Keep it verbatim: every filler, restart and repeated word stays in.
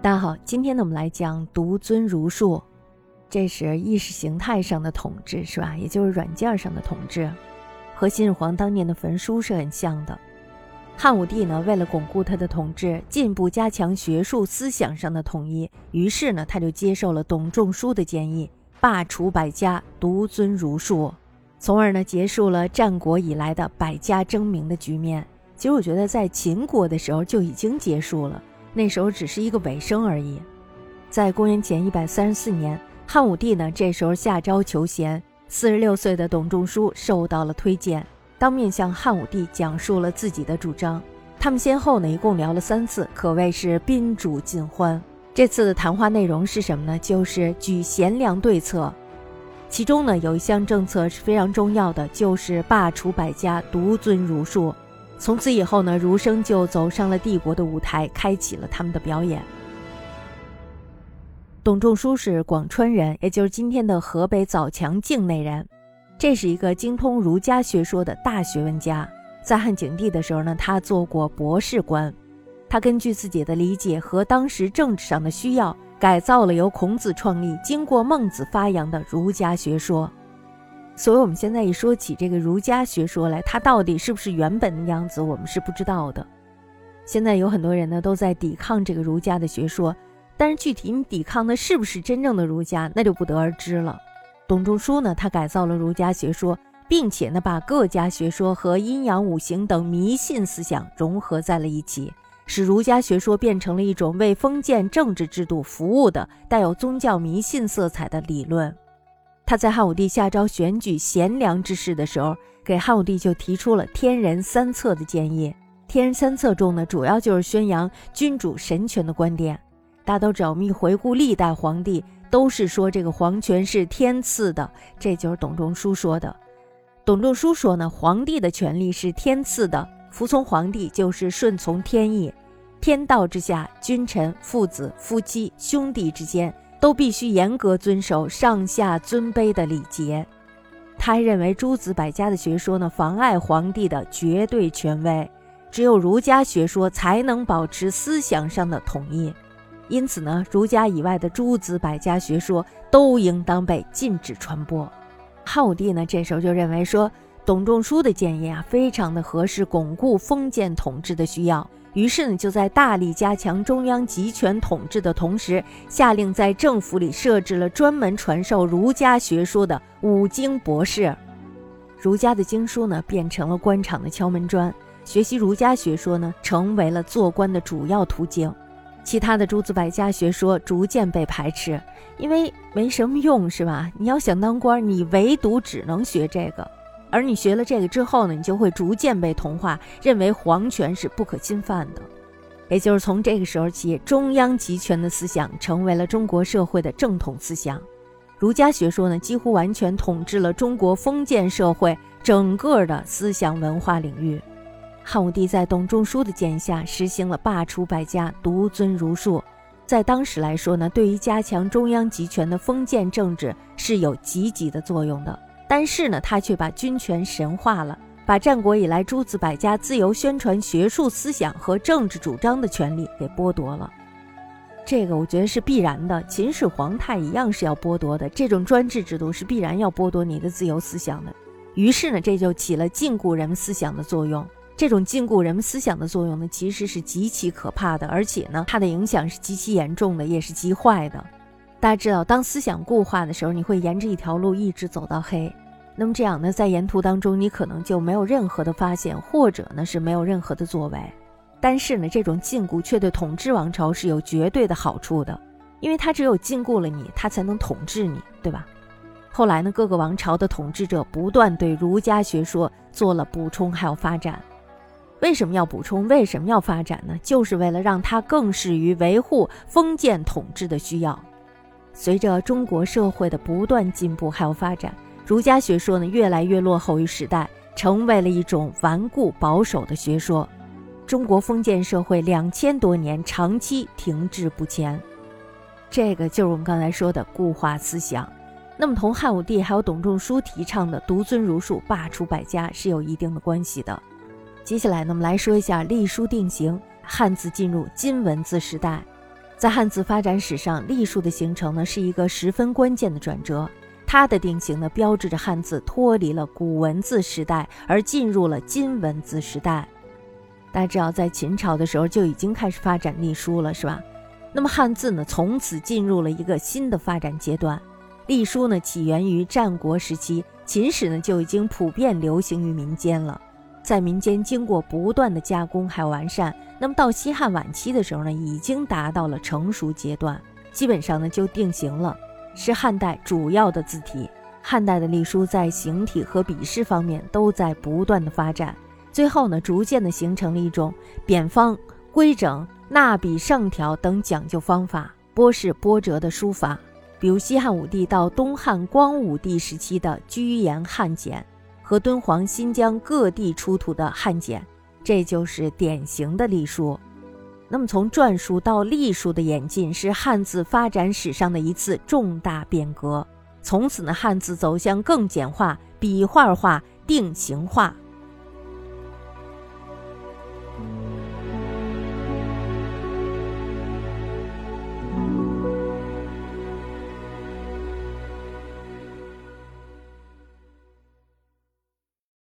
大家好，今天呢我们来讲独尊儒术，这是意识形态上的统治，是吧？也就是软件上的统治，和秦始皇当年的焚书是很像的。汉武帝呢，为了巩固他的统治，进一步加强学术思想上的统一，于是呢，他就接受了董仲舒的建议，罢黜百家，独尊儒术，从而呢，结束了战国以来的百家争鸣的局面。其实我觉得在秦国的时候就已经结束了，那时候只是一个尾声而已。在公元前一百三十四年，汉武帝呢，这时候下诏求贤，四十六岁的董仲舒受到了推荐，当面向汉武帝讲述了自己的主张。他们先后呢，一共聊了三次，可谓是宾主尽欢。这次的谈话内容是什么呢？就是举贤良对策。其中呢，有一项政策是非常重要的，就是罢黜百家，独尊儒术。从此以后呢，儒生就走上了帝国的舞台，开启了他们的表演。董仲舒是广川人，也就是今天的河北枣强境内人。这是一个精通儒家学说的大学问家。在汉景帝的时候呢，他做过博士官。他根据自己的理解和当时政治上的需要，改造了由孔子创立、经过孟子发扬的儒家学说。所以我们现在一说起这个儒家学说来，它到底是不是原本的样子，我们是不知道的。现在有很多人呢都在抵抗这个儒家的学说，但是具体你抵抗的是不是真正的儒家，那就不得而知了。董仲舒呢，他改造了儒家学说，并且呢把各家学说和阴阳五行等迷信思想融合在了一起，使儒家学说变成了一种为封建政治制度服务的带有宗教迷信色彩的理论。他在汉武帝下诏选举贤良之士的时候，给汉武帝就提出了天人三策的建议。天人三策中呢，主要就是宣扬君主神权的观点。大家都知道，我们一回顾历代皇帝，都是说这个皇权是天赐的，这就是董仲舒说的。董仲舒说呢，皇帝的权力是天赐的，服从皇帝就是顺从天意。天道之下，君臣、父子、夫妻、兄弟之间都必须严格遵守上下尊卑的礼节。他还认为诸子百家的学说呢，妨碍皇帝的绝对权威，只有儒家学说才能保持思想上的统一。因此呢，儒家以外的诸子百家学说都应当被禁止传播。汉武帝呢，这时候就认为说，董仲舒的建议啊，非常的合适巩固封建统治的需要。于是呢，就在大力加强中央集权统治的同时，下令在政府里设置了专门传授儒家学说的五经博士。儒家的经书呢，变成了官场的敲门砖，学习儒家学说呢，成为了做官的主要途径。其他的诸子百家学说逐渐被排斥，因为没什么用，是吧？你要想当官，你唯独只能学这个。而你学了这个之后呢，你就会逐渐被同化，认为皇权是不可侵犯的。也就是从这个时候起，中央集权的思想成为了中国社会的正统思想。儒家学说呢，几乎完全统治了中国封建社会整个的思想文化领域。汉武帝在董仲舒的建议下，实行了罢黜百家，独尊儒术。在当时来说呢，对于加强中央集权的封建政治是有积极的作用的。但是呢，他却把军权神化了，把战国以来诸子百家自由宣传学术思想和政治主张的权利给剥夺了。这个我觉得是必然的，秦始皇他一样是要剥夺的，这种专制制度是必然要剥夺你的自由思想的。于是呢，这就起了禁锢人们思想的作用。这种禁锢人们思想的作用呢，其实是极其可怕的，而且呢，它的影响是极其严重的，也是极坏的。大家知道，当思想固化的时候，你会沿着一条路一直走到黑。那么这样呢，在沿途当中，你可能就没有任何的发现，或者呢是没有任何的作为。但是呢，这种禁锢却对统治王朝是有绝对的好处的，因为它只有禁锢了你，它才能统治你，对吧？后来呢，各个王朝的统治者不断对儒家学说做了补充还有发展。为什么要补充？为什么要发展呢？就是为了让它更适于维护封建统治的需要。随着中国社会的不断进步还有发展，儒家学说呢越来越落后于时代，成为了一种顽固保守的学说。中国封建社会两千多年长期停滞不前，这个就是我们刚才说的固化思想。那么同汉武帝还有董仲舒提倡的独尊儒术、罢黜百家是有一定的关系的。接下来呢，我们来说一下隶书定型，汉字进入金文字时代。 在汉字发展史上，隶书的形成呢是一个十分关键的转折，它的定型呢标志着汉字脱离了古文字时代，而进入了今文字时代。大家知道，在秦朝的时候就已经开始发展隶书了，是吧？那么汉字呢，从此进入了一个新的发展阶段。隶书呢，起源于战国时期，秦时呢就已经普遍流行于民间了。在民间经过不断的加工还有完善，那么到西汉晚期的时候呢，已经达到了成熟阶段，基本上呢就定型了，是汉代主要的字体。汉代的隶书在形体和笔势方面都在不断的发展，最后呢，逐渐的形成了一种扁方、规整、捺笔上条等讲究方法，波式波折的书法，比如西汉武帝到东汉光武帝时期的居延汉简和敦煌、新疆各地出土的汉简，这就是典型的隶书。那么从篆书到隶书的演进，是汉字发展史上的一次重大变革。从此呢，汉字走向更简化、笔画化、定型化。